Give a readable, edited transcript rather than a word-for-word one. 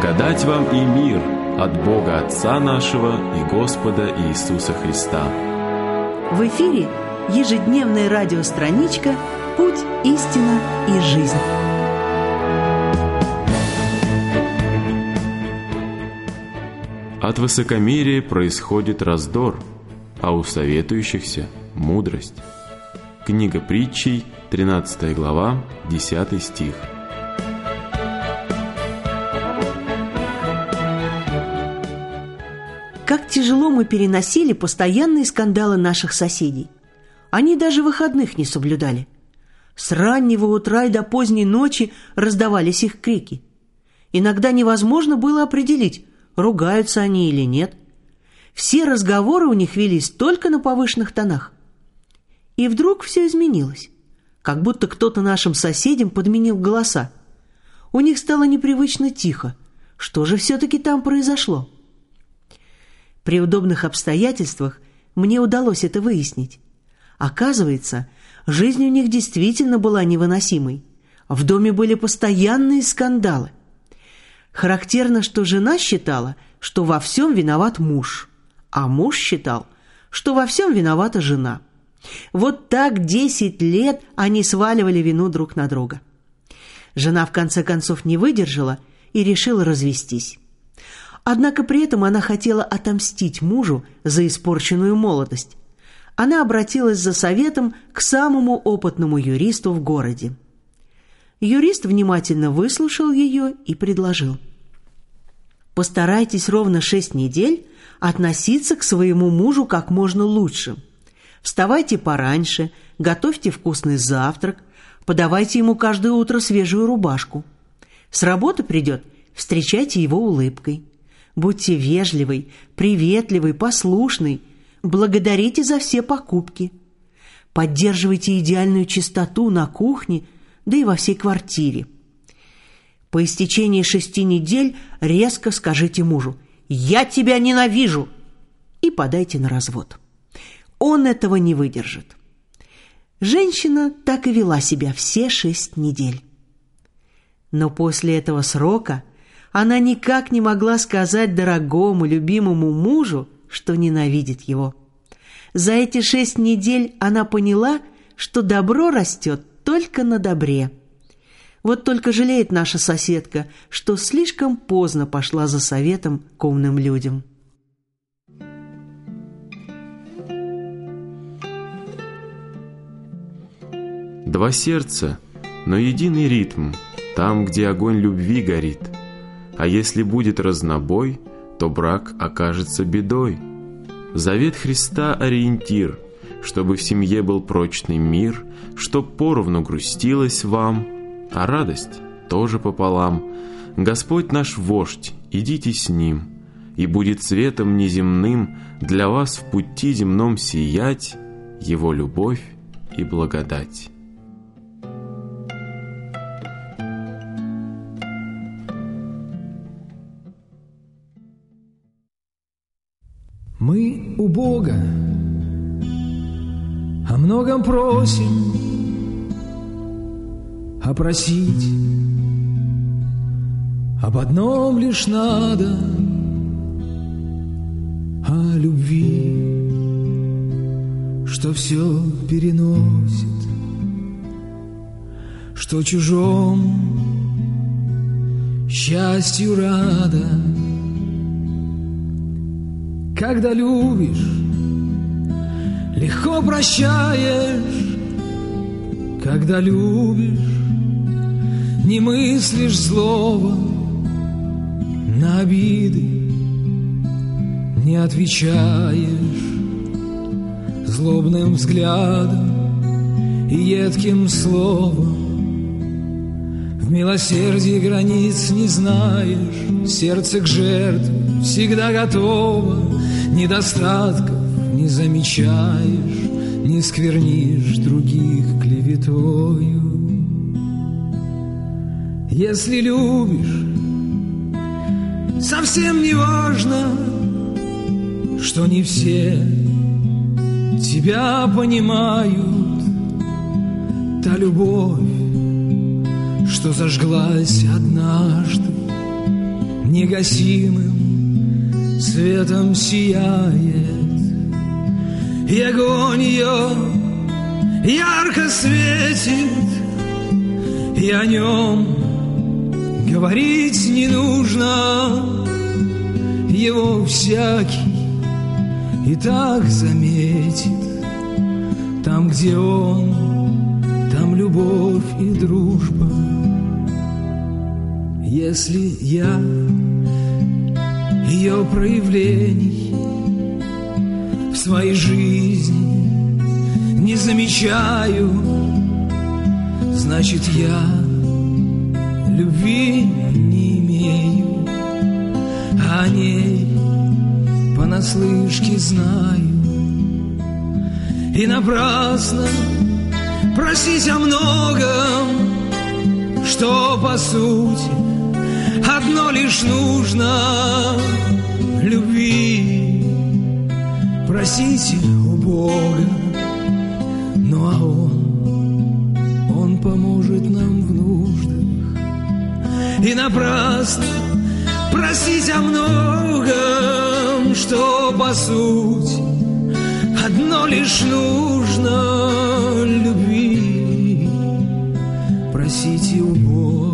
Благодать вам и мир от Бога Отца нашего и Господа Иисуса Христа. В эфире ежедневная радиостраничка «Путь, истина и жизнь». От высокомерия происходит раздор, а у советующихся – мудрость. Книга Притчей, 13 глава, 10 стих. Как тяжело мы переносили постоянные скандалы наших соседей. Они даже выходных не соблюдали. С раннего утра и до поздней ночи раздавались их крики. Иногда невозможно было определить, ругаются они или нет. Все разговоры у них велись только на повышенных тонах. И вдруг все изменилось, как будто кто-то нашим соседям подменил голоса. У них стало непривычно тихо. Что же все-таки там произошло? При удобных обстоятельствах мне удалось это выяснить. Оказывается, жизнь у них действительно была невыносимой. В доме были постоянные скандалы. Характерно, что жена считала, что во всем виноват муж, а муж считал, что во всем виновата жена. Вот так 10 лет они сваливали вину друг на друга. Жена в конце концов не выдержала и решила развестись. Однако при этом она хотела отомстить мужу за испорченную молодость. Она обратилась за советом к самому опытному юристу в городе. Юрист внимательно выслушал ее и предложил: постарайтесь ровно 6 недель относиться к своему мужу как можно лучше. Вставайте пораньше, готовьте вкусный завтрак, подавайте ему каждое утро свежую рубашку. С работы придет, встречайте его улыбкой. Будьте вежливой, приветливой, послушной, благодарите за все покупки. Поддерживайте идеальную чистоту на кухне, да и во всей квартире. По истечении 6 недель резко скажите мужу: «Я тебя ненавижу!» и подайте на развод. Он этого не выдержит. Женщина так и вела себя все 6 недель. Но после этого срока она никак не могла сказать дорогому, любимому мужу, что ненавидит его. За эти 6 недель она поняла, что добро растет только на добре. Вот только жалеет наша соседка, что слишком поздно пошла за советом к умным людям. Два сердца, но единый ритм, там, где огонь любви горит. А если будет разнобой, то брак окажется бедой. Завет Христа — ориентир, чтобы в семье был прочный мир, чтоб поровну грустилось вам, а радость тоже пополам. Господь наш вождь, идите с Ним, и будет светом неземным для вас в пути земном сиять Его любовь и благодать. Мы у Бога о многом просим, а просить об одном лишь надо — о любви, что все переносит, что чужому счастью рада. Когда любишь, легко прощаешь. Когда любишь, не мыслишь злого, на обиды не отвечаешь злобным взглядом и едким словом. В милосердии границ не знаешь, сердце к жертве всегда готово, недостатков не замечаешь, не сквернишь других клеветою. Если любишь, совсем не важно, что не все тебя понимают. Та любовь, что зажглась однажды, негасимым светом сияет, и огонь ее ярко светит, и о нем говорить не нужно, его всякий и так заметит. Там, где он, там любовь и дружба. Если я ее проявлений в своей жизни не замечаю, значит, я любви не имею, а о ней понаслышке знаю. И напрасно просить о многом, что по сути одно лишь нужно — любви. Просите у Бога, ну а Он поможет нам в нуждах. И напрасно просить о многом, что по сути одно лишь нужно — любви. Просите у Бога.